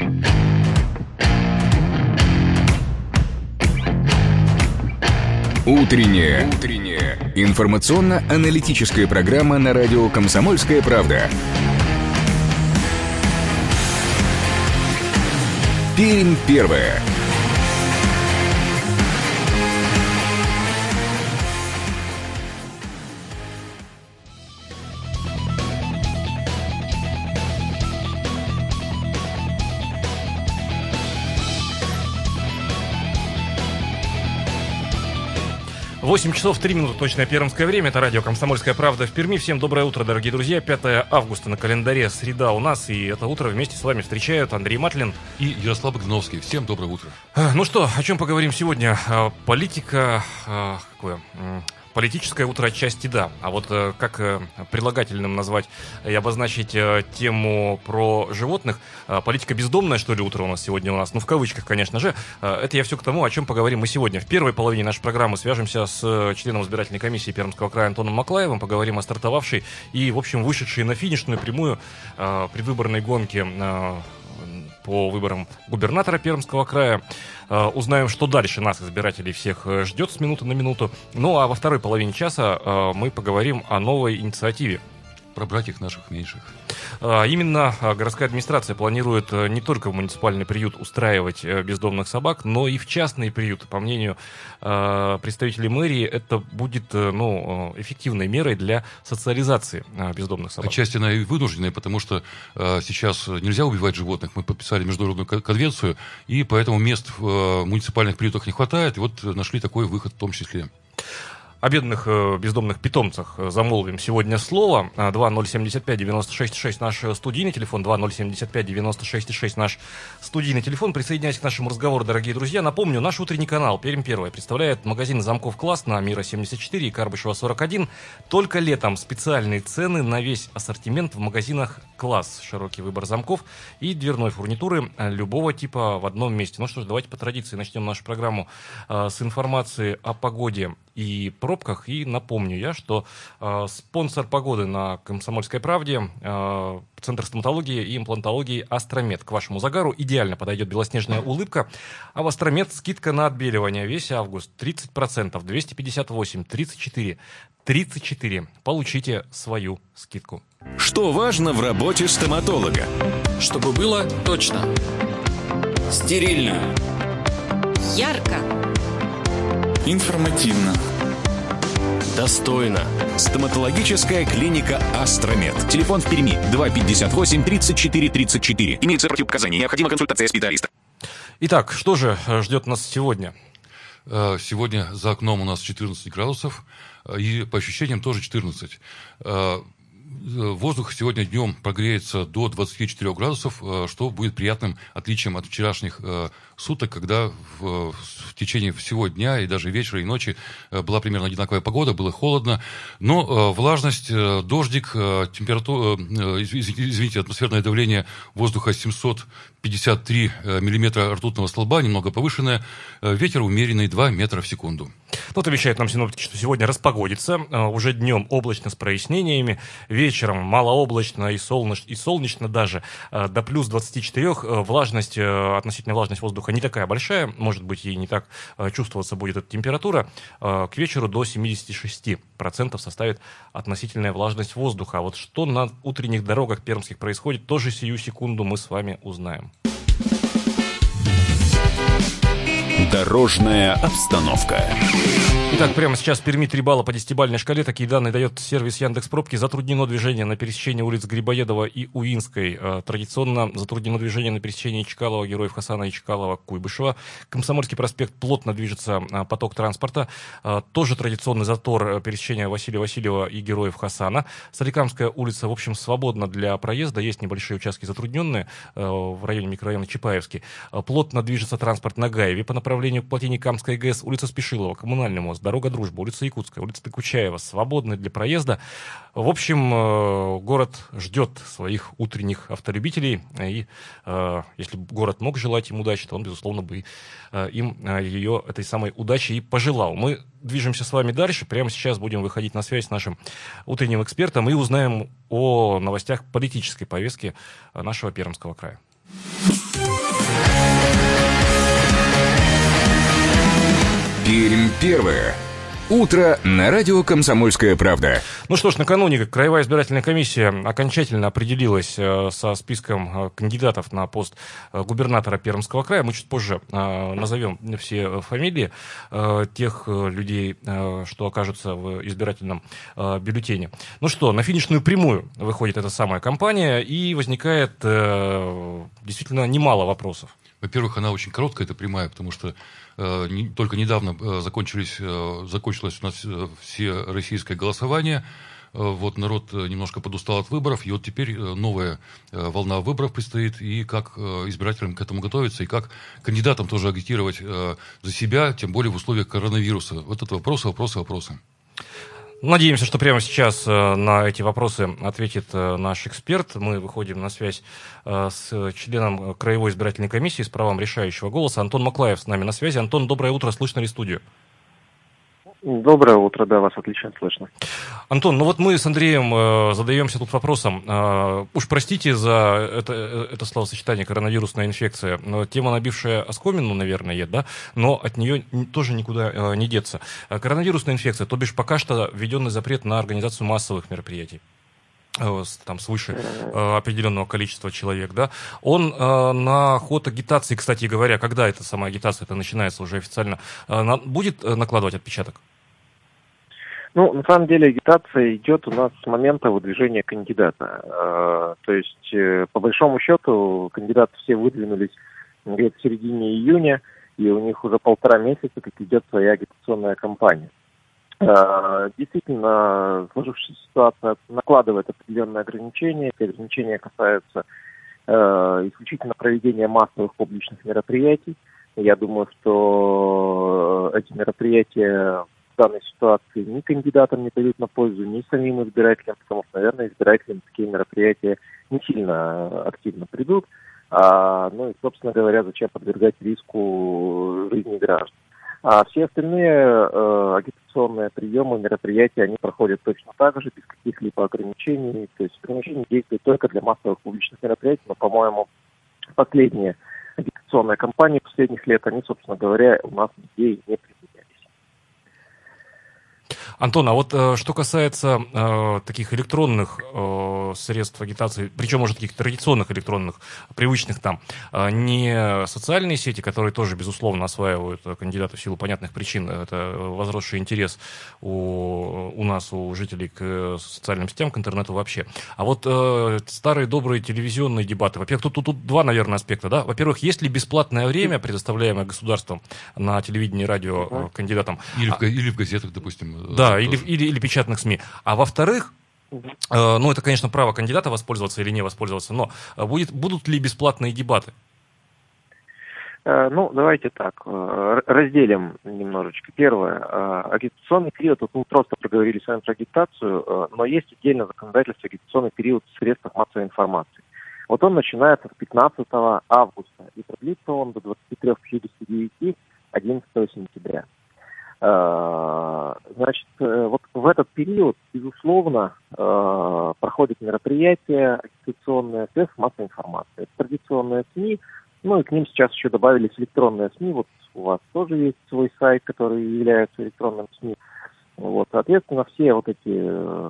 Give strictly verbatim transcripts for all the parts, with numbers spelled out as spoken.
Утренняя. Утренняя. Информационно-аналитическая программа на радио «Комсомольская правда». Пермь первая. восемь часов три минуты, точное пермское время. Это радио «Комсомольская правда» в Перми. Всем доброе утро, дорогие друзья. пятое августа на календаре, среда у нас. И это утро вместе с вами встречают Андрей Матлин и Ярослав Богдановский. Всем доброе утро. Ну что, о чем поговорим сегодня? Политика... Какое? Политическое утро отчасти да, а вот э, как э, прилагательным назвать и обозначить э, тему про животных, э, политика бездомная, что ли, утро у нас сегодня у нас, ну в кавычках, конечно же, э, это я все к тому, о чем поговорим мы сегодня. В первой половине нашей программы свяжемся с э, членом избирательной комиссии Пермского края Антоном Маклаевым, поговорим о стартовавшей и, в общем, вышедшей на финишную прямую э, предвыборной гонке э, по выборам губернатора Пермского края. Узнаем, что дальше нас, избирателей, всех ждет с минуты на минуту. Ну а во второй половине часа мы поговорим о новой инициативе. Про братьев наших меньших. Именно городская администрация планирует не только в муниципальный приют устраивать бездомных собак, но и в частные приюты. По мнению представителей мэрии, это будет ну, эффективной мерой для социализации бездомных собак. Отчасти она и вынужденная, потому что сейчас нельзя убивать животных. Мы подписали международную конвенцию, и поэтому мест в муниципальных приютах не хватает. И вот нашли такой выход в том числе. О бедных э, бездомных питомцах замолвим сегодня слово. два ноль семь пять девяносто шесть шесть наш студийный телефон, два ноль семь пять девяносто шесть шесть наш студийный телефон. Присоединяйтесь к нашему разговору, дорогие друзья. Напомню, наш утренний канал Пермь первая представляет магазин замков «Класс» на Мира семьдесят четыре и Карбышева сорок один. Только летом специальные цены на весь ассортимент в магазинах «Класс». Широкий выбор замков и дверной фурнитуры любого типа в одном месте. Ну что ж, давайте по традиции начнем нашу программу э, с информации о погоде и пробках. И напомню я, что э, спонсор погоды на «Комсомольской правде» э, Центр стоматологии и имплантологии «Астромед». К вашему загару идеально подойдет белоснежная улыбка. А в «Астромед» скидка на отбеливание весь август тридцать процентов, двести пятьдесят восемь, тридцать четыре, тридцать четыре. Получите свою скидку. Что важно в работе стоматолога? Чтобы было точно. Стерильно. Ярко. Информативно. Достойно. Стоматологическая клиника «Астромед». Телефон в Перми два пятьдесят восемь тридцать четыре тридцать четыре. Имеются противопоказания. Необходима консультация специалиста. Итак, что же ждет нас сегодня? Сегодня за окном у нас четырнадцать градусов, и по ощущениям тоже четырнадцать. Воздух сегодня днем прогреется до двадцати четырёх градусов, что будет приятным отличием от вчерашних суток, когда в, в течение всего дня и даже вечера и ночи была примерно одинаковая погода, было холодно, но влажность, дождик, температура, извините, атмосферное давление воздуха семьсот пятьдесят три миллиметра ртутного столба, немного повышенное, ветер умеренный два метра в секунду. Вот обещают нам синоптики, что сегодня распогодится, уже днем облачно с прояснениями, вечером малооблачно и солнечно, и солнечно даже, до плюс двадцати четырёх, влажность, относительная влажность воздуха не такая большая, может быть, и не так чувствоваться будет эта температура, к вечеру до семидесяти шести процентов составит относительная влажность воздуха. А вот что на утренних дорогах пермских происходит, тоже сию секунду мы с вами узнаем. Дорожная обстановка. Итак, прямо сейчас в Перми три балла по десятибалльной шкале. Такие данные дает сервис Яндекс.Пробки. Затруднено движение на пересечении улиц Грибоедова и Уинской. Традиционно затруднено движение на пересечении Чкалова, Героев Хасана и Чкалова, Куйбышева. Комсомольский проспект плотно движется поток транспорта. Тоже традиционный затор пересечения Василия Васильева и Героев Хасана. Соликамская улица, в общем, свободна для проезда. Есть небольшие участки затрудненные в районе микрорайона Чапаевский. Плотно движется транспорт на Гаеве по направлению к плотине Камской ГЭС. Улица Спешилова, Коммунальный мост, дорога Дружба, улица Якутская, улица Докучаева свободны для проезда. В общем, город ждет своих утренних автолюбителей. И если бы город мог желать им удачи, то он, безусловно, бы им ее, этой самой удачи и пожелал. Мы движемся с вами дальше. Прямо сейчас будем выходить на связь с нашим утренним экспертом и узнаем о новостях политической повестки нашего Пермского края. Пермь первое. Утро на радио «Комсомольская правда». Ну что ж, накануне Краевая избирательная комиссия окончательно определилась э, со списком э, кандидатов на пост э, губернатора Пермского края. Мы чуть позже э, назовем все фамилии э, тех э, людей, э, что окажутся в избирательном э, бюллетене. Ну что, на финишную прямую выходит эта самая кампания, и возникает э, действительно немало вопросов. Во-первых, она очень короткая, эта прямая, потому что э, не, только недавно э, закончились, э, закончилось у нас э, все российское голосование. Э, вот народ немножко подустал от выборов, и вот теперь э, новая э, волна выборов предстоит, и как э, избирателям к этому готовиться, и как кандидатам тоже агитировать э, за себя, тем более в условиях коронавируса. Вот это вопросы, вопросы, вопросы. Надеемся, что прямо сейчас э, на эти вопросы ответит э, наш эксперт. Мы выходим на связь э, с членом Краевой избирательной комиссии с правом решающего голоса. Антон Маклаев с нами на связи. Антон, доброе утро. Слышно ли студию? Доброе утро, да, вас отлично слышно. Антон, ну вот мы с Андреем э, задаемся тут вопросом. Э, уж простите за это, это словосочетание «коронавирусная инфекция». Но тема, набившая оскомину, наверное, да, но от нее тоже никуда э, не деться. Коронавирусная инфекция, то бишь пока что введенный запрет на организацию массовых мероприятий. Там свыше э, определенного количества человек, да, он э, на ход агитации, кстати говоря, когда эта самая агитация это начинается уже официально, э, на, будет накладывать отпечаток? Ну, на самом деле агитация идет у нас с момента выдвижения кандидата. Э, то есть, э, по большому счету, кандидаты все выдвинулись где-то в середине июня, и у них уже полтора месяца, как идет своя агитационная кампания. Действительно, сложившаяся ситуация накладывает определенные ограничения. Эти ограничения касаются э, исключительно проведения массовых публичных мероприятий. Я думаю, что эти мероприятия в данной ситуации ни кандидатам не дают на пользу, ни самим избирателям, потому что, наверное, избирателям такие мероприятия не сильно активно придут. А, ну и, собственно говоря, зачем подвергать риску жизни граждан. А все остальные э, агитационные приемы, мероприятия, они проходят точно так же, без каких-либо ограничений. То есть ограничения действуют только для массовых публичных мероприятий, но, по-моему, последние агитационные кампании последних лет, они, собственно говоря, у нас нигде не применялись. Антон, а вот э, что касается э, таких электронных э, средств агитации, причем уже таких традиционных электронных, привычных там, э, не социальные сети, которые тоже, безусловно, осваивают кандидаты в силу понятных причин, это возросший интерес у, у нас, у жителей к социальным сетям, к интернету вообще. А вот э, старые добрые телевизионные дебаты, во-первых, тут, тут, тут два, наверное, аспекта, да? Во-первых, есть ли бесплатное время, предоставляемое государством на телевидении и радио э, кандидатам? Или в, или в газетах, допустим. Да, или, или, или печатных СМИ. А во-вторых, э, ну, это, конечно, право кандидата воспользоваться или не воспользоваться, но будет, будут ли бесплатные дебаты? Э, ну, давайте так, э, разделим немножечко. Первое, э, агитационный период, вот мы просто проговорили с вами про агитацию, э, но есть отдельно законодательство агитационный период в средствах массовой информации. Вот он начинается с пятнадцатого августа и продлится он до двадцати трёх пятидесяти девяти одиннадцатого сентября. Значит, вот в этот период, безусловно, проходят мероприятия агитационные, средства массовой информации. Это традиционные СМИ, ну и к ним сейчас еще добавились электронные СМИ. Вот у вас тоже есть свой сайт, который является электронным СМИ. Вот, соответственно, все вот эти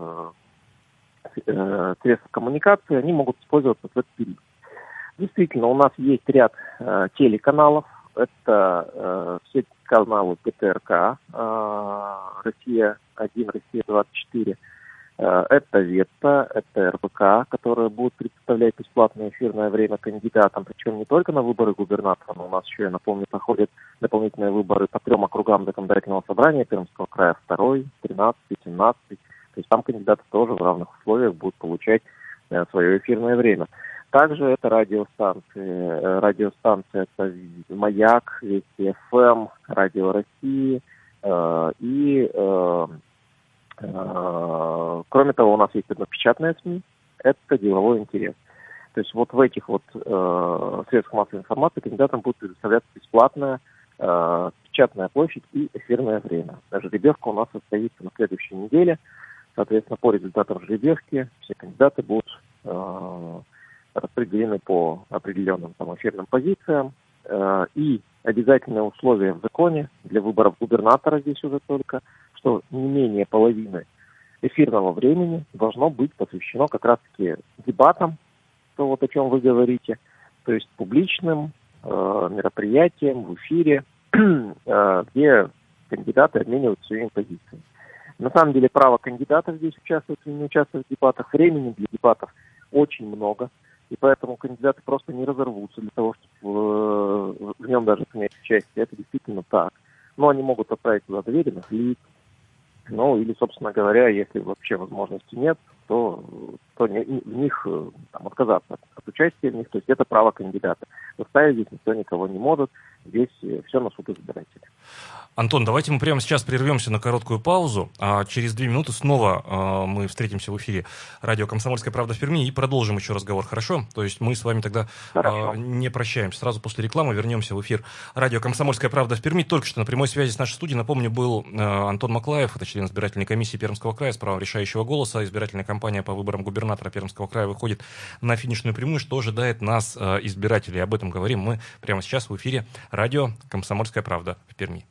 средства коммуникации, они могут использоваться в этот период. Действительно, у нас есть ряд телеканалов. Это э, все каналы ПТРК, э, Россия один, Россия двадцать четыре, э, это Ветта, это эр бэ ка, которые будут представлять бесплатное эфирное время кандидатам, причем не только на выборы губернатора, но у нас еще, я напомню, проходят дополнительные выборы по трем округам законодательного собрания Пермского края, второй, тринадцатый, семнадцатый, то есть там кандидаты тоже в равных условиях будут получать э, свое эфирное время. Также это радиостанции. Радиостанции это «Маяк», «Вести эф эм», «Радио России». Э, и, э, э, кроме того, у нас есть одно печатное СМИ. Это «Деловой интерес». То есть вот в этих вот э, средствах массовой информации кандидатам будет предоставляться бесплатная э, печатная площадь и эфирное время. Жеребьевка у нас состоится на следующей неделе. Соответственно, по результатам жеребьевки все кандидаты будут... Э, распределены по определенным там эфирным позициям. Э, и обязательное условие в законе для выборов губернатора здесь уже только, что не менее половины эфирного времени должно быть посвящено как раз-таки дебатам, то вот о чем вы говорите, то есть публичным э, мероприятиям в эфире, э, где кандидаты обмениваются своими позициями. На самом деле право кандидатов здесь участвовать или не участвовать в дебатах, времени для дебатов очень много, и поэтому кандидаты просто не разорвутся для того, чтобы в, в нем даже принять участие. Это действительно так. Но они могут отправить туда доверенных лиц, ну или, собственно говоря, если вообще возможности нет, то, то не, в них там, отказаться от, от участия в них. То есть это право кандидата. Заставить здесь никто никого не может. Здесь все на суд избирателя. Антон, давайте мы прямо сейчас прервемся на короткую паузу, а через две минуты снова э, мы встретимся в эфире радио «Комсомольская правда» в Перми и продолжим еще разговор, хорошо? То есть мы с вами тогда э, не прощаемся. Сразу после рекламы вернемся в эфир радио «Комсомольская правда» в Перми. Только что на прямой связи с нашей студией, напомню, был э, Антон Маклаев, это член избирательной комиссии Пермского края с правом решающего голоса. Избирательная кампания по выборам губернатора Пермского края выходит на финишную прямую. Что ожидает нас, э, избирателей? Об этом говорим мы прямо сейчас в эфире радио «Комсомольская правда» в Перми.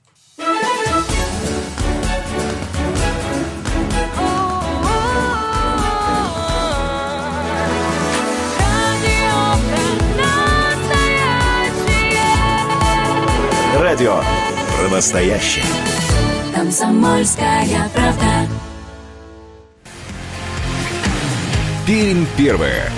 Радио про настоящее. Комсомольская правда. Пермь первая.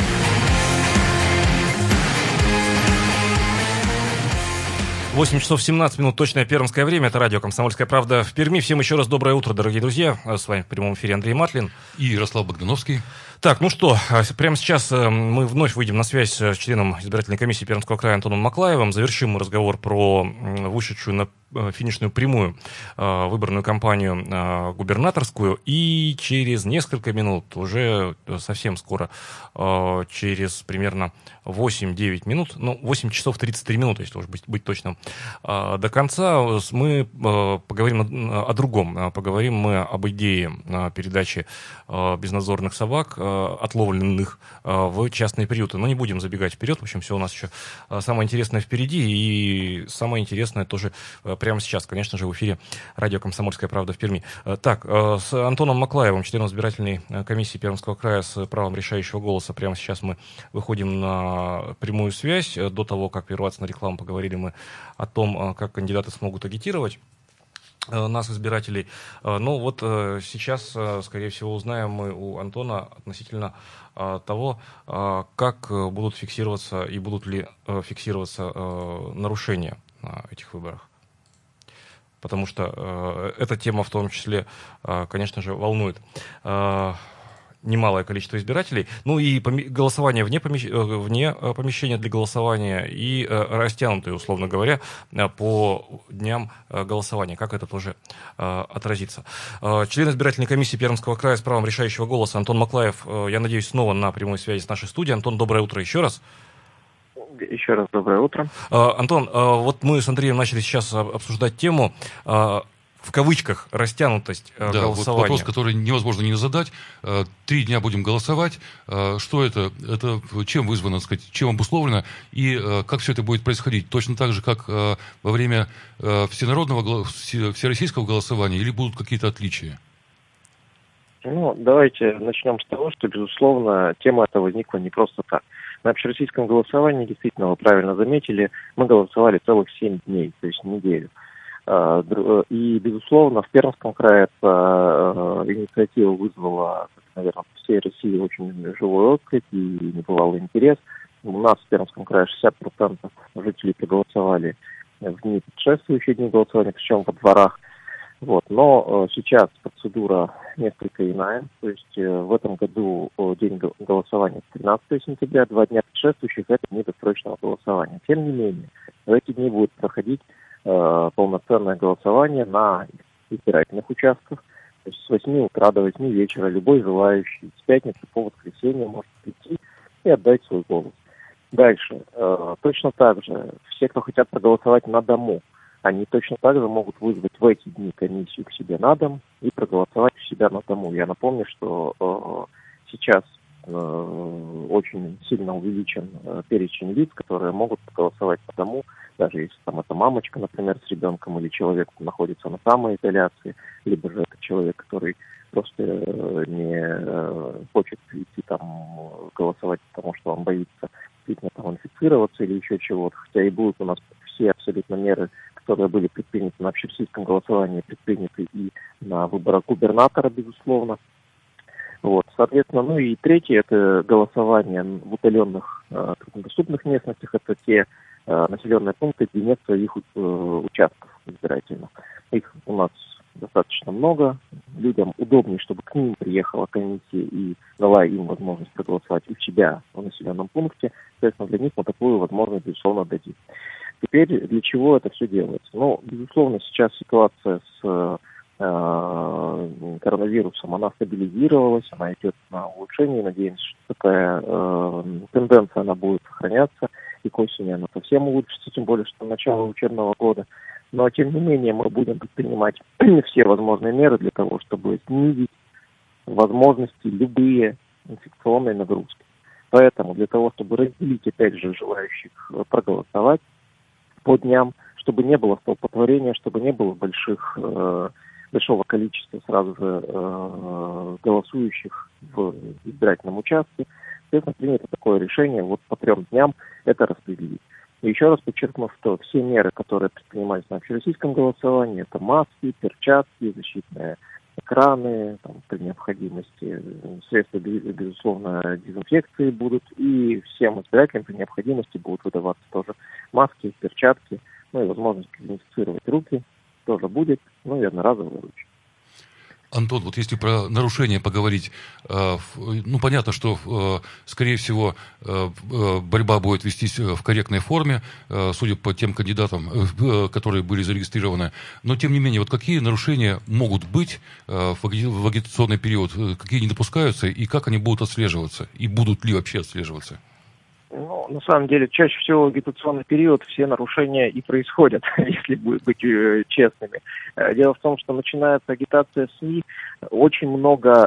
восемь часов семнадцать минут, точное пермское время. Это радио «Комсомольская правда» в Перми. Всем еще раз доброе утро, дорогие друзья. С вами в прямом эфире Андрей Матлин. И Ярослав Богдановский. Так, ну что, прямо сейчас мы вновь выйдем на связь с членом избирательной комиссии Пермского края Антоном Маклаевым. Завершим мы разговор про вышедшую на финишную прямую выборную кампанию губернаторскую. И через несколько минут, уже совсем скоро, через примерно восемь-девять минут, ну, восемь часов тридцать три минуты, если уж быть, быть точным, до конца мы поговорим о, о другом. Поговорим мы об идее передачи безнадзорных собак, отловленных в частные приюты. Но не будем забегать вперед. В общем, все у нас еще самое интересное впереди. И самое интересное тоже прямо сейчас, конечно же, в эфире радио «Комсомольская правда» в Перми. Так, с Антоном Маклаевым, членом избирательной комиссии Пермского края с правом решающего голоса, прямо сейчас мы выходим на прямую связь. До того, как прерваться на рекламу, поговорили мы о том, как кандидаты смогут агитировать нас, избирателей. Ну вот сейчас, скорее всего, узнаем мы у Антона относительно того, как будут фиксироваться и будут ли фиксироваться нарушения на этих выборах. Потому что эта тема в том числе, конечно же, волнует немалое количество избирателей. Ну и голосование вне, помещ... вне помещения для голосования и растянутые, условно говоря, по дням голосования. Как это тоже отразится. Член избирательной комиссии Пермского края с правом решающего голоса Антон Маклаев, я надеюсь, снова на прямой связи с нашей студией. Антон, доброе утро еще раз. Еще раз доброе утро. Антон, вот мы с Андреем начали сейчас обсуждать тему в кавычках «растянутость да, голосования». Вот вопрос, который невозможно не задать. Три дня будем голосовать. Что это? Это чем вызвано, так сказать, чем обусловлено? И как все это будет происходить? Точно так же, как во время всенародного, всероссийского голосования? Или будут какие-то отличия? Ну, давайте начнем с того, что, безусловно, тема эта возникла не просто так. На общероссийском голосовании, действительно, вы правильно заметили, мы голосовали целых семь дней, то есть неделю. И, безусловно, в Пермском крае эта инициатива вызвала, наверное, по всей России очень живой отклик и небывалый интерес. У нас в Пермском крае шестьдесят процентов жителей проголосовали в дни предшествующие дни голосования, причем во дворах. Вот. Но сейчас процедура несколько иная. То есть в этом году день голосования тринадцатого сентября, два дня предшествующих — это дни досрочного голосования. Тем не менее, в эти дни будет проходить полноценное голосование на избирательных участках. То есть с восьми утра до восьми вечера любой желающий с пятницы по воскресенье может прийти и отдать свой голос. Дальше. Точно так же все, кто хотят проголосовать на дому, они точно так же могут вызвать в эти дни комиссию к себе на дом и проголосовать у себя на дому. Я напомню, что сейчас очень сильно увеличен перечень лиц, которые могут голосовать по дому, даже если там это мамочка, например, с ребенком, или человек находится на самоизоляции, либо же это человек, который просто не хочет идти там голосовать, потому что он боится действительно там инфицироваться или еще чего-то. Хотя и будут у нас все абсолютно меры, которые были предприняты на общероссийском голосовании, предприняты и на выборах губернатора, безусловно. Вот, соответственно, ну и третье, это голосование в удаленных э, труднодоступных местностях, это те э, населенные пункты, где нет своих э, участков избирательных. Их у нас достаточно много, людям удобнее, чтобы к ним приехала комиссия и дала им возможность проголосовать у себя в населенном пункте, соответственно, для них мы такую возможность, безусловно, дадим. Теперь для чего это все делается? Ну, безусловно, сейчас ситуация с коронавирусом, она стабилизировалась, она идет на улучшение, надеемся, что такая э, тенденция, она будет сохраняться, и к осени она совсем улучшится, тем более, что начало учебного года. Но, тем не менее, мы будем предпринимать все возможные меры для того, чтобы снизить возможности любые инфекционные нагрузки. Поэтому для того, чтобы разделить, опять же, желающих проголосовать по дням, чтобы не было столпотворения, чтобы не было больших э, большого количества сразу же э, голосующих в избирательном участке. Соответственно, принято такое решение вот по трем дням это распределить. И еще раз подчеркну, что все меры, которые предпринимались на общероссийском голосовании, это маски, перчатки, защитные экраны, там, при необходимости средства, безусловно, дезинфекции будут, и всем избирателям при необходимости будут выдаваться тоже маски, перчатки, ну и возможность дезинфицировать руки тоже будет, ну и одноразовые ручки. Антон, вот если про нарушения поговорить, ну, понятно, что, скорее всего, борьба будет вестись в корректной форме, судя по тем кандидатам, которые были зарегистрированы. Но, тем не менее, вот какие нарушения могут быть в агитационный период, какие не допускаются, и как они будут отслеживаться, и будут ли вообще отслеживаться? Ну, на самом деле, чаще всего в агитационный период все нарушения и происходят, если быть э, честными. Дело в том, что начинается агитация СМИ, очень много,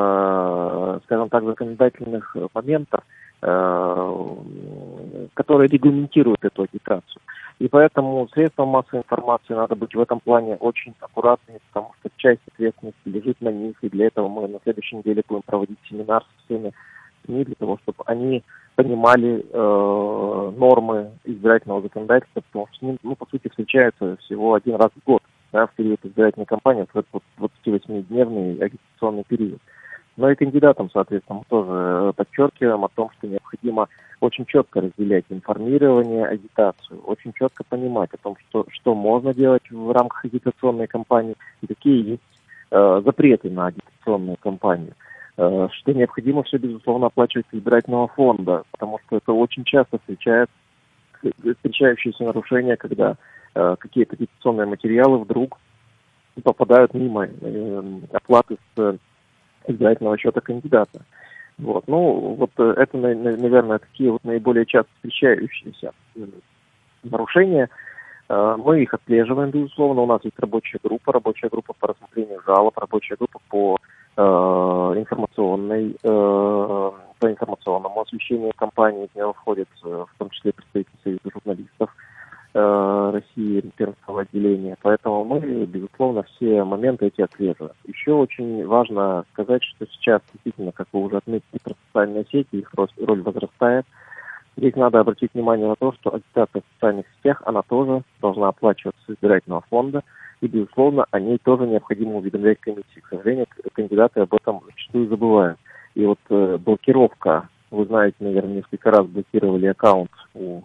э, скажем так, законодательных моментов, э, которые регламентируют эту агитацию. И поэтому средствам массовой информации надо быть в этом плане очень аккуратными, потому что часть ответственности лежит на них, и для этого мы на следующей неделе будем проводить семинар со всеми СМИ, для того, чтобы они понимали э, нормы избирательного законодательства, потому что с ним, ну, по сути, встречаются всего один раз в год, да, в период избирательной кампании, в этот двадцативосьмидневный агитационный период. Но и кандидатам, соответственно, мы тоже подчеркиваем о том, что необходимо очень четко разделять информирование, агитацию, очень четко понимать о том, что, что можно делать в рамках агитационной кампании и какие есть э, запреты на агитационную кампанию. Что необходимо все, безусловно, оплачивать из избирательного фонда, потому что это очень часто встречается, встречающиеся нарушения, когда э, какие-то агитационные материалы вдруг попадают мимо э, оплаты с избирательного счета кандидата. Вот. Ну, вот это, наверное, такие вот наиболее часто встречающиеся нарушения. Э, мы их отслеживаем, безусловно. У нас есть рабочая группа, рабочая группа по рассмотрению жалоб, рабочая группа по информационной, по информационному освещению кампании, в нее входят в том числе представители Союза журналистов России, Пермского отделения. Поэтому мы, безусловно, все моменты эти отслеживаем. Еще очень важно сказать, что сейчас действительно, как вы уже отметили, про социальные сети, их роль возрастает. Здесь надо обратить внимание на то, что агитация в социальных сетях, она тоже должна оплачиваться с избирательного фонда. И, безусловно, о ней тоже необходимо уведомлять комиссии. К сожалению, кандидаты об этом зачастую забывают. И вот э, блокировка, вы знаете, наверное, несколько раз блокировали аккаунт у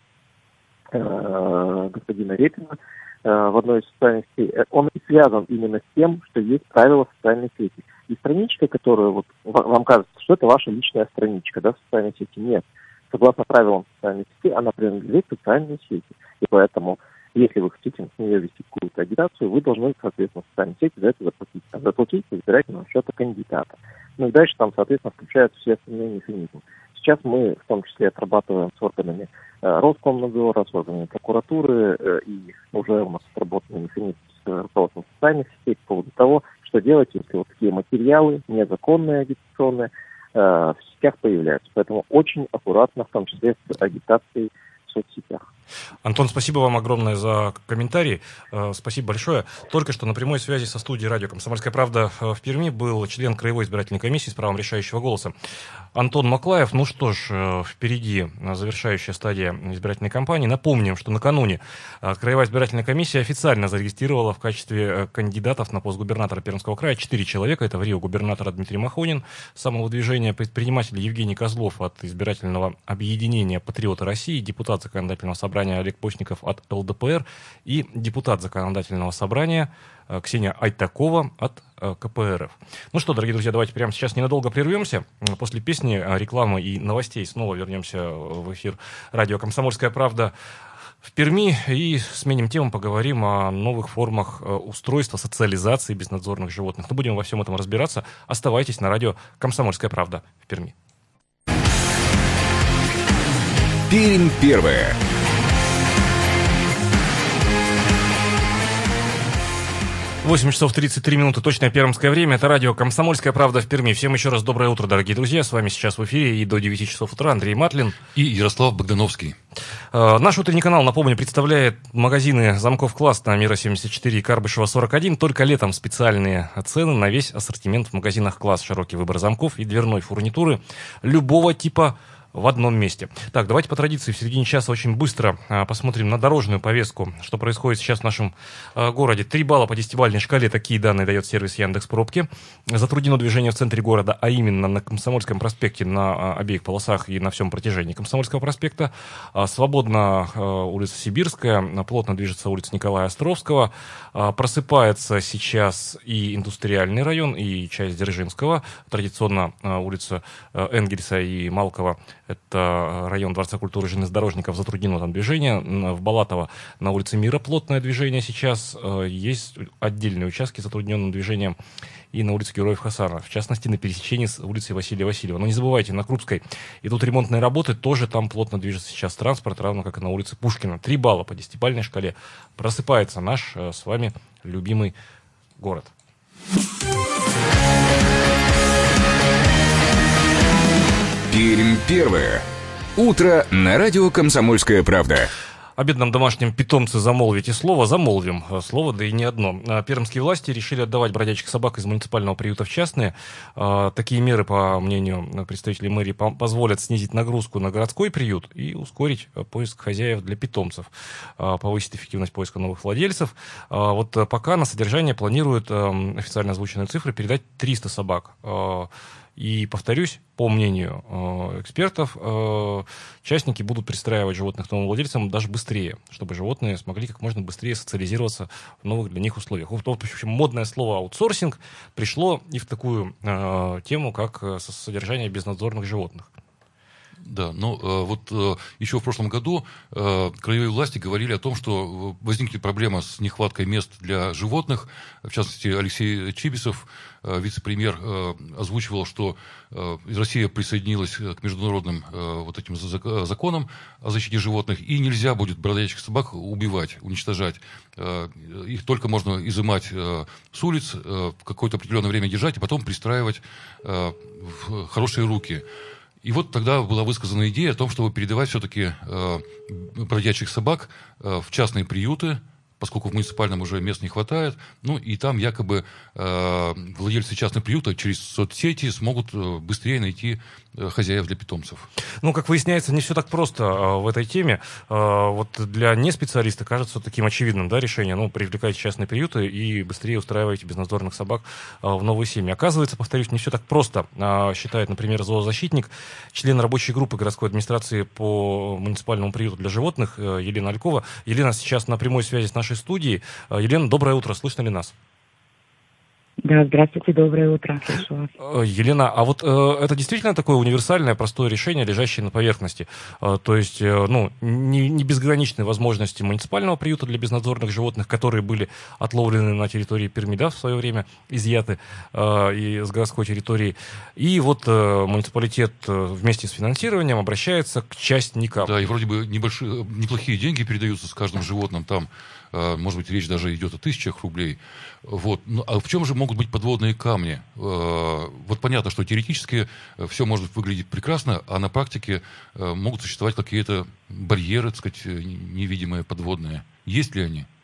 э, господина Репина э, в одной из социальных сетей. Он и связан именно с тем, что есть правила социальной сети. И страничка, которую вот, вам кажется, что это ваша личная страничка, да, в социальной сети, нет. Согласно правилам социальной сети, она принадлежит социальной сети. И поэтому, если вы хотите с нее вести какую-то агитацию, вы должны, соответственно, в социальной сети за это заплатить. А заплатить с избирательного счета кандидата. Ну и дальше там, соответственно, включаются все остальные механизмы. Сейчас мы, в том числе, отрабатываем с органами э, Роскомнадзора, с органами прокуратуры, э, и уже у нас отработаны механизмы с руководством социальных сетей по поводу того, что делать, если вот такие материалы, незаконные, агитационные, э, соцсетях появляются. Поэтому очень аккуратно, в том числе с агитацией в соцсетях. Антон, спасибо вам огромное за комментарий. Спасибо большое. Только что на прямой связи со студией радио «Комсомольская правда» в Перми был член Краевой избирательной комиссии с правом решающего голоса Антон Маклаев. Ну что ж, впереди завершающая стадия избирательной кампании. Напомним, что накануне Краевая избирательная комиссия официально зарегистрировала в качестве кандидатов на пост губернатора Пермского края четыре человека. Это в Рио губернатора Дмитрий Махонин, самого движения, предприниматель Евгений Козлов от избирательного объединения «Патриоты России», депутат законодательного собрания Олег Постников от эл дэ пэ эр и депутат законодательного собрания Ксения Айтакова от ка пэ эр эф. Ну что, дорогие друзья, давайте прямо сейчас ненадолго прервемся. После песни, рекламы и новостей снова вернемся в эфир радио «Комсомольская правда» в Перми и сменим тему, поговорим о новых формах устройства, социализации безнадзорных животных. Но будем во всем этом разбираться. Оставайтесь на радио «Комсомольская правда» в Перми. Пермь первая. восемь часов тридцать три минуты, точное пермское время. Это радио «Комсомольская правда» в Перми. Всем еще раз доброе утро, дорогие друзья. С вами сейчас в эфире и до девяти часов утра Андрей Матлин. И Ярослав Богдановский. Э, наш утренний канал, напомню, представляет магазины замков «Класс» на Мира семьдесят четыре и Карбышева сорок один. Только летом специальные цены на весь ассортимент в магазинах «Класс». Широкий выбор замков и дверной фурнитуры любого типа в одном месте. Так, давайте по традиции в середине часа очень быстро а, посмотрим на дорожную повестку, что происходит сейчас в нашем а, городе. Три балла по десятибалльной шкале, такие данные дает сервис Яндекс.Пробки. Затруднено движение в центре города, а именно на Комсомольском проспекте, на а, обеих полосах и на всем протяжении Комсомольского проспекта. А, свободно а, улица Сибирская, а, плотно движется улица Николая Островского. А, просыпается сейчас и Индустриальный район, и часть Дзержинского. Традиционно а, улица а, Энгельса и Малкова. Это район Дворца культуры железнодорожников, затруднено там движение. В Балатово на улице Мира плотное движение сейчас. Есть отдельные участки с затрудненным движением и на улице Героев Хасана, в частности, на пересечении с улицей Василия Васильева. Но не забывайте, на Крупской идут ремонтные работы, тоже там плотно движется сейчас транспорт, равно как и на улице Пушкина. Три балла по десятибалльной шкале. Просыпается наш с вами любимый город. Пермь первая. Утро на радио «Комсомольская правда». О бедном домашнем питомце замолвите слово, замолвим слово, да и не одно. Пермские власти решили отдавать бродячих собак из муниципального приюта в частные. Такие меры, по мнению представителей мэрии, позволят снизить нагрузку на городской приют и ускорить поиск хозяев для питомцев, повысить эффективность поиска новых владельцев. Вот пока на содержание планируют официально озвученные цифры передать триста собак. И, повторюсь, по мнению э, экспертов, э, частники будут пристраивать животных новым владельцам даже быстрее, чтобы животные смогли как можно быстрее социализироваться в новых для них условиях. Вот, в общем, модное слово «аутсорсинг» пришло и в такую э, тему, как э, содержание безнадзорных животных. Да, но э, вот э, еще в прошлом году э, краевые власти говорили о том, что возникнет проблема с нехваткой мест для животных. В частности, Алексей Чибисов, э, вице-премьер, э, озвучивал, что э, Россия присоединилась к международным э, вот этим законам о защите животных, и нельзя будет бродячих собак убивать, уничтожать. Э, их только можно изымать э, с улиц, э, какое-то определенное время держать, и потом пристраивать э, в хорошие руки. И вот тогда была высказана идея о том, чтобы передавать все-таки э, бродячих собак э, в частные приюты, поскольку в муниципальном уже мест не хватает. Ну и там якобы э, владельцы частных приютов через соцсети смогут э, быстрее найти э, хозяев для питомцев. Ну, как выясняется, не все так просто э, в этой теме. Э, вот для неспециалиста кажется таким очевидным, да, решение. Ну, привлекайте частные приюты и быстрее устраивайте безнадзорных собак э, в новые семьи. Оказывается, повторюсь, не все так просто, э, считает, например, зоозащитник, член рабочей группы городской администрации по муниципальному приюту для животных э, Елена Алькова. Елена сейчас на прямой связи с нашей студии. Елена, доброе утро. Слышно ли нас? Да, здравствуйте, доброе утро. Слышу вас. Елена, а вот э, это действительно такое универсальное, простое решение, лежащее на поверхности? Э, то есть, э, ну, не, не безграничные возможности муниципального приюта для безнадзорных животных, которые были отловлены на территории Перми, да, в свое время, изъяты э, и с городской территории. И вот э, муниципалитет э, вместе с финансированием обращается к частникам. Да, и вроде бы небольшие, неплохие деньги передаются с каждым животным там. Может быть, речь даже идет о тысячах рублей. Вот. Ну, а в чем же могут могут быть подводные камни? Вот понятно, что теоретически все может выглядеть прекрасно, а на практике могут существовать какие-то барьеры, так сказать, невидимые, подводные. Есть ли они?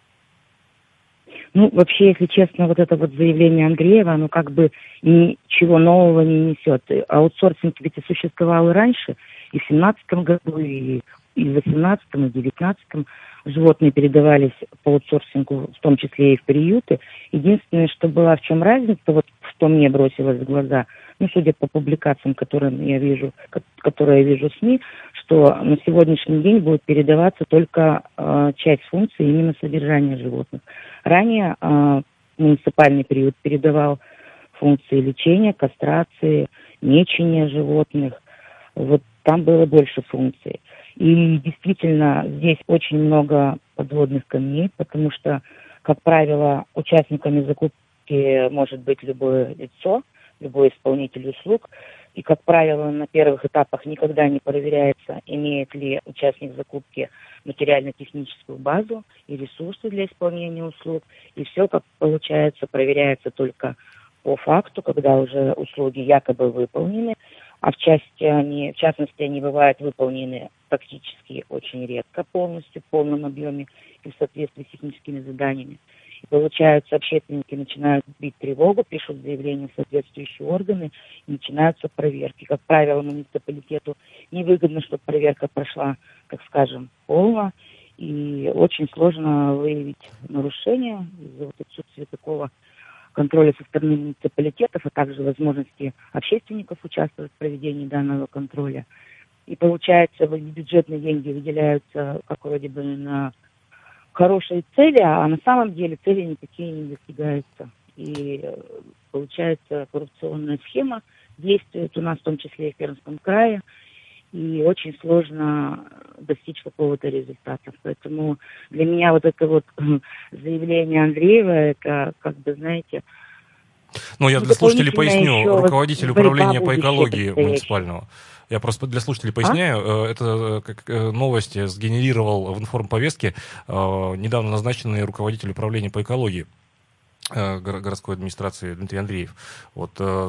Ну, вообще, если честно, вот это вот заявление Андреева, оно как бы ничего нового не несет. Аутсорсинг ведь и существовал и раньше, и в семнадцатом году, и, и в восемнадцатом, и в девятнадцатом. Животные передавались по аутсорсингу, в том числе и в приюты. Единственное, что была в чем разница, вот что мне бросилось в глаза, ну, судя по публикациям, которые я вижу, которые я вижу в СМИ, что на сегодняшний день будет передаваться только э, часть функций именно содержания животных. Ранее э, муниципальный приют передавал функции лечения, кастрации, мечения животных. Вот там было больше функций. И действительно, здесь очень много подводных камней, потому что, как правило, участниками закупки может быть любое лицо, любой исполнитель услуг. И, как правило, на первых этапах никогда не проверяется, имеет ли участник закупки материально-техническую базу и ресурсы для исполнения услуг. И все, как получается, проверяется только по факту, когда уже услуги якобы выполнены. А в части они, в частности, они бывают выполнены практически очень редко, полностью, в полном объеме и в соответствии с техническими заданиями. И получается, общественники начинают бить тревогу, пишут заявления в соответствующие органы, и начинаются проверки. Как правило, муниципалитету невыгодно, чтобы проверка прошла, так скажем, полно, и очень сложно выявить нарушения из-за вот отсутствия такого контроля со стороны муниципалитетов, а также возможности общественников участвовать в проведении данного контроля. И получается, бюджетные деньги выделяются как вроде бы на хорошие цели, а на самом деле цели никакие не достигаются. И получается, коррупционная схема действует у нас, в том числе и в Пермском крае, и очень сложно достичь какого-то результата. Поэтому для меня вот это вот заявление Андреева, это, как бы, знаете... Ну, я для слушателей поясню, руководитель управления по экологии муниципального. Я просто для слушателей поясняю. А? Это как новость сгенерировал в информповестке недавно назначенный руководитель управления по экологии городской администрации Дмитрий Андреев. Вот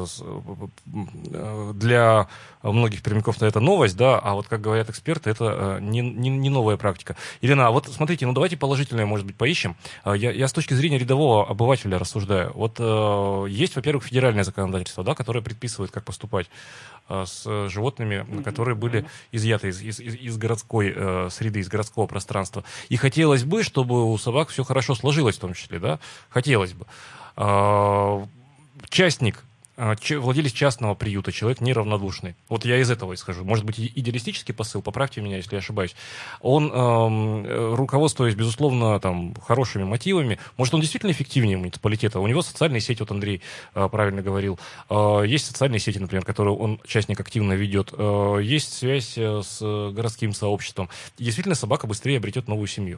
для многих пермяков это новость, да, а вот, как говорят эксперты, это не, не, не новая практика. Елена, а вот смотрите, ну давайте положительное, может быть, поищем. Я, я с точки зрения рядового обывателя рассуждаю. Вот есть, во-первых, федеральное законодательство, да, которое предписывает, как поступать с животными, которые были изъяты из, из, из городской э, среды, из городского пространства. И хотелось бы, чтобы у собак все хорошо сложилось, в том числе, да, хотелось бы. Э, частник, э, ч, владелец частного приюта, человек неравнодушный. Вот я из этого исхожу. Может быть, идеалистический посыл, поправьте меня, если я ошибаюсь. Он, э, руководствуясь, безусловно, там, хорошими мотивами, может, он действительно эффективнее муниципалитета. У него социальные сети, вот Андрей э, правильно говорил. Э, есть социальные сети, например, которые он, частник, активно ведет. Э, есть связь с городским сообществом. И действительно, собака быстрее обретет новую семью.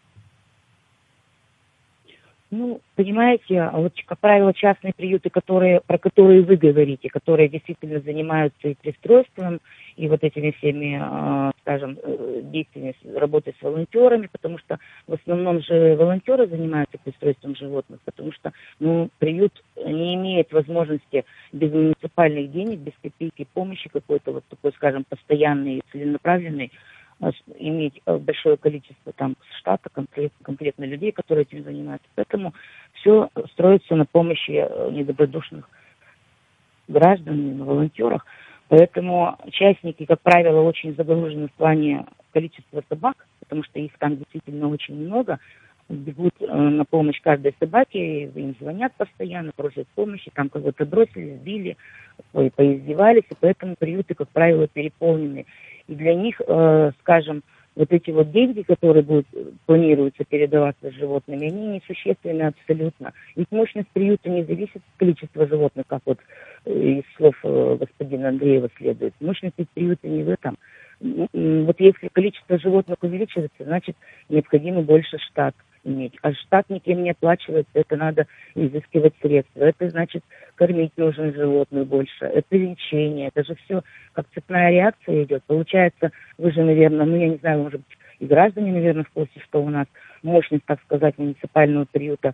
Ну, понимаете, вот, как правило, частные приюты, которые, про которые вы говорите, которые действительно занимаются и пристройством, и вот этими всеми, э, скажем, действиями, работой с волонтерами, потому что в основном же волонтеры занимаются пристройством животных, потому что, ну, приют не имеет возможности без муниципальных денег, без копейки помощи какой-то вот такой, скажем, постоянный, целенаправленный, иметь большое количество там штата, конкретно, конкретно людей, которые этим занимаются. Поэтому все строится на помощи недобродушных граждан, на волонтерах. Поэтому частники, как правило, очень загружены в плане количества собак, потому что их там действительно очень много. Бегут на помощь каждой собаке, им звонят постоянно, просят помощи, там кого-то бросили, сбили, поиздевались, и поэтому приюты, как правило, переполнены. И для них, э, скажем, вот эти вот деньги, которые будут, планируются передаваться с животными, они несущественны абсолютно. Ведь мощность приюта не зависит от количества животных, как вот из слов э, господина Андреева следует. Мощность приюта не в этом. Вот если количество животных увеличивается, значит, необходимо больше штат иметь. А штат никем не оплачивается, это надо изыскивать средства. Это значит, кормить нужно животных больше. Это лечение, это же все как цепная реакция идет. Получается, вы же, наверное, ну я не знаю, может быть, и граждане, наверное, в курсе, что у нас мощность, так сказать, муниципального приюта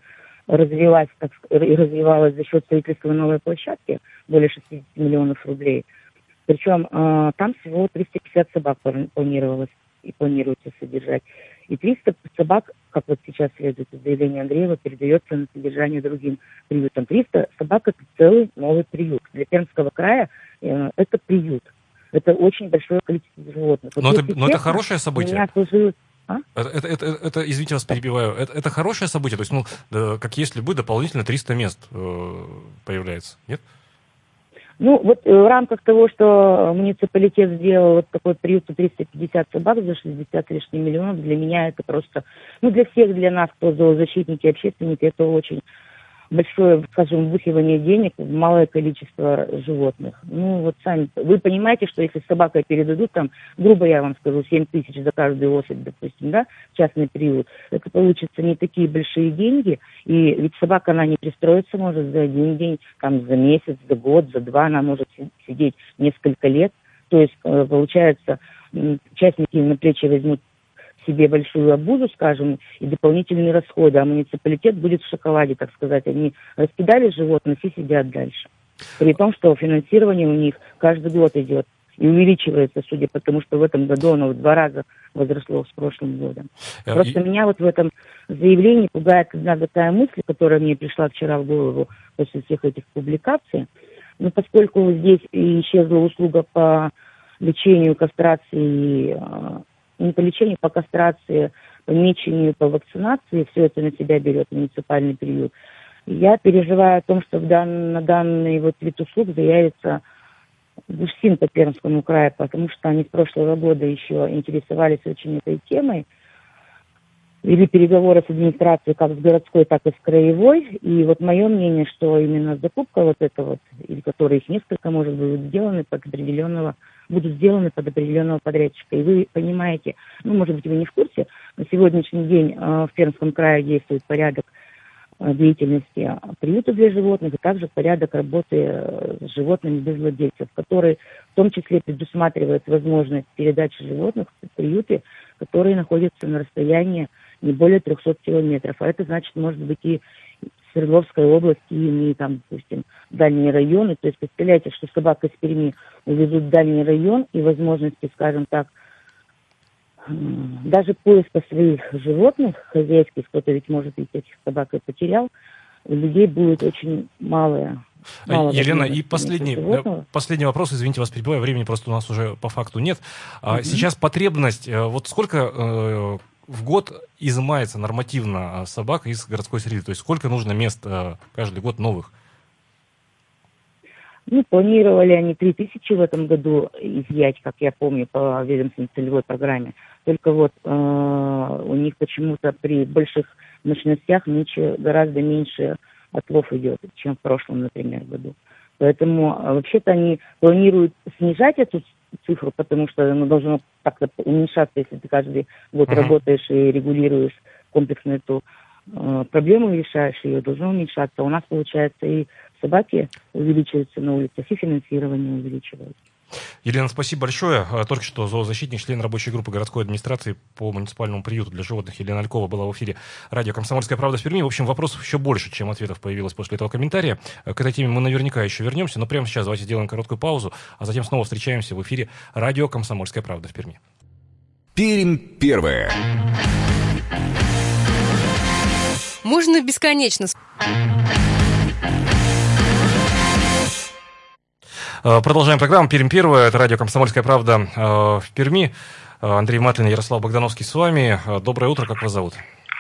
развилась, так, и развивалась за счет строительства новой площадки, более шестьдесят миллионов рублей. Причем э, там всего триста пятьдесят собак планировалось и планируется содержать. И триста собак, как вот сейчас следует из заявления Андреева, передается на содержание другим приютам. триста собак – это целый новый приют. Для Пермского края э, это приют. Это очень большое количество животных. Но, вот это, но это хорошее событие. Меня служилось... А? Это, это, это, это, извините, вас перебиваю. Это, это хорошее событие. То есть, ну, да, как есть любые, дополнительно триста мест э, появляется, нет? Ну, вот в рамках того, что муниципалитет сделал вот такой приют триста пятьдесят собак за шестьдесят с лишним миллионов, для меня это просто, ну, для всех, для нас, кто зоозащитники, общественники, это очень большое, скажем, вбухивание денег в малое количество животных. Ну, вот сами, вы понимаете, что если с собакой передадут, там, грубо я вам скажу, семь тысяч за каждую особь, допустим, да, частный приют, это получится не такие большие деньги, и ведь собака, она не пристроится может за один день, там, за месяц, за год, за два, она может сидеть несколько лет, то есть, получается, частники на плечи возьмут себе большую обузу, скажем, и дополнительные расходы, а муниципалитет будет в шоколаде, так сказать. Они раскидали животных и сидят дальше. При том, что финансирование у них каждый год идет и увеличивается, судя по тому, что в этом году оно в два раза возросло с прошлым годом. И... Просто меня вот в этом заявлении пугает одна такая мысль, которая мне пришла вчера в голову после всех этих публикаций. Но поскольку здесь исчезла услуга по лечению, кастрации, не по лечению, по кастрации, по мечению, по вакцинации, все это на себя берет муниципальный приют. Я переживаю о том, что в дан, на данный вот вид услуг заявится ГУФСИН по Пермскому краю, потому что они с прошлого года еще интересовались очень этой темой, вели переговоры с администрацией как с городской, так и с краевой. И вот мое мнение, что именно закупка вот эта вот, или которые их несколько, может быть, будут сделаны под определенного, будут сделаны под определенного подрядчика. И вы понимаете, ну, может быть, вы не в курсе, на сегодняшний день э, в Пермском крае действует порядок э, деятельности приюта для животных, и также порядок работы э, с животными без владельцев, который в том числе предусматривает возможность передачи животных в приюты, которые находятся на расстоянии не более трехсот километров. А это значит, может быть, и Свердловской области, и там, допустим, дальние районы. То есть, представляете, что собака из Перми увезут в дальний район, и возможности, скажем так, даже поиска своих животных хозяйских, кто-то ведь, может быть, этих собак и потерял, у людей будет очень малое. Мало Елена, и последний, последний вопрос, извините, вас перебиваю, времени просто у нас уже по факту нет. Mm-hmm. Сейчас потребность, вот сколько в год изымается нормативно собак из городской среды? То есть сколько нужно мест каждый год новых? Ну, планировали они три тысячи в этом году изъять, как я помню, по ведомственной целевой программе. Только вот э, у них почему-то при больших мощностях меньше, гораздо меньше отлов идет, чем в прошлом, например, году. Поэтому э, вообще-то они планируют снижать эту цифру, потому что оно должно как-то уменьшаться, если ты каждый год uh-huh. работаешь и регулируешь комплексно эту э, проблему, решаешь ее, должно уменьшаться. У нас, получается, и собаки увеличиваются на улицах, и финансирование увеличивается. Елена, спасибо большое. Только что зоозащитник, член рабочей группы городской администрации по муниципальному приюту для животных Елена Алькова была в эфире радио «Комсомольская правда» в Перми. В общем, вопросов еще больше, чем ответов появилось после этого комментария. К этой теме мы наверняка еще вернемся, но прямо сейчас давайте сделаем короткую паузу, а затем снова встречаемся в эфире радио «Комсомольская правда» в Перми. Пермь первая. Можно бесконечно... Продолжаем программу. Пермь первая. Это радио «Комсомольская правда» в Перми. Андрей Матлин, Ярослав Богдановский с вами. Доброе утро. Как вас зовут?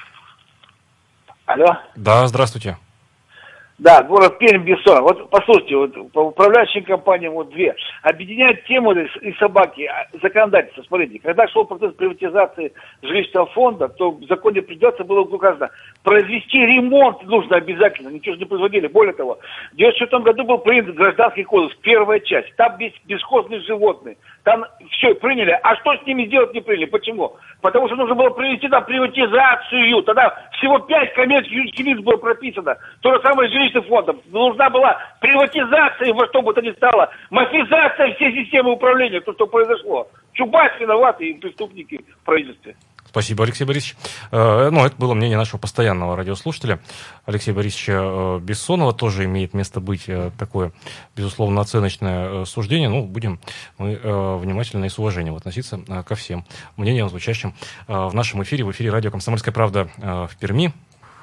Алло. Да, здравствуйте. Да, город Пермь, Бессонов. Вот послушайте, вот по управляющим компаниям вот две. Объединяют тему и собаки, законодательство. Смотрите, когда шел процесс приватизации жилищного фонда, то в законе придется было указано, произвести ремонт нужно обязательно, ничего же не производили. Более того, в девяносто четвёртом году был принят гражданский кодекс, первая часть. Там без, бесхозные животные. Там все приняли. А что с ними сделать не приняли? Почему? Потому что нужно было провести там приватизацию. Тогда всего пять коммерческих лиц было прописано. То же самое с жилищным фондом. Нужна была приватизация во что бы то ни стало. Мафизация всей системы управления. То, что произошло. Чубайс виноваты и преступники в правительстве. Спасибо, Алексей Борисович. Ну, это было мнение нашего постоянного радиослушателя Алексея Борисовича Бессонова. Тоже имеет место быть такое, безусловно, оценочное суждение. Ну, будем мы внимательно и с уважением относиться ко всем мнениям, звучащим в нашем эфире, в эфире радио «Комсомольская правда» в Перми.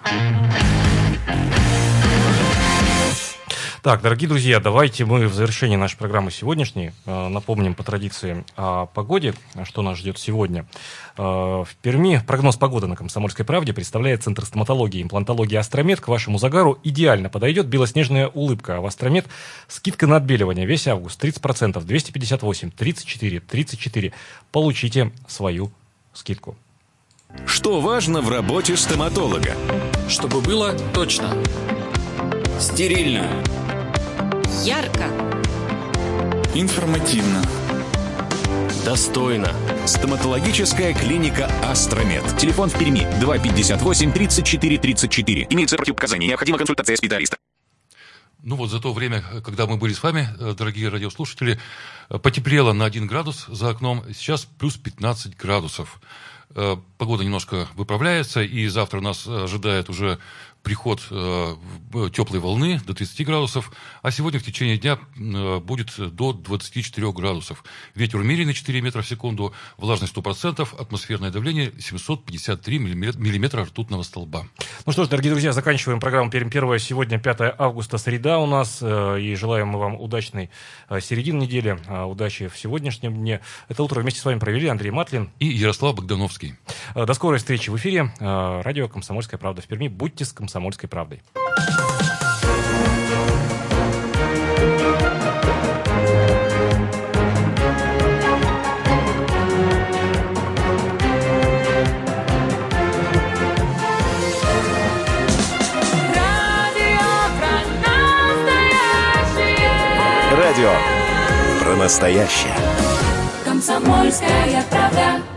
Так, дорогие друзья, давайте мы в завершении нашей программы сегодняшней э, напомним по традиции о погоде, что нас ждет сегодня. Э, в Перми прогноз погоды на «Комсомольской правде» представляет Центр стоматологии и имплантологии «Астромед». К вашему загару идеально подойдет белоснежная улыбка. А в «Астромед» скидка на отбеливание весь август тридцать процентов, двести пятьдесят восемь, тридцать четыре, тридцать четыре. Получите свою скидку. Что важно в работе стоматолога? Чтобы было точно. Стерильно. Ярко. Информативно. Достойно. Стоматологическая клиника «Астромед». Телефон в Перми два пятьдесят восемь, тридцать четыре, тридцать четыре. Имеются противопоказания. Необходима консультация специалиста. Ну вот за то время, когда мы были с вами, дорогие радиослушатели, потеплело на один градус за окном, сейчас плюс пятнадцать градусов. Погода немножко выправляется, и завтра нас ожидает уже приход э, теплой волны до тридцати градусов, а сегодня в течение дня э, будет до двадцати четырёх градусов. Ветер умеренный четыре метра в секунду, влажность сто процентов, атмосферное давление семьсот пятьдесят три миллиметра ртутного столба. Ну что ж, дорогие друзья, заканчиваем программу «Пермь первая». Сегодня пятое августа, среда у нас, э, и желаем мы вам удачной э, середины недели, э, удачи в сегодняшнем дне. Это утро вместе с вами провели Андрей Матлин и Ярослав Богдановский. Э, до скорой встречи в эфире. Э, радио «Комсомольская правда» в Перми. Будьте с «Комсомольской правдой». Радио про настоящее. Комсомольская правда.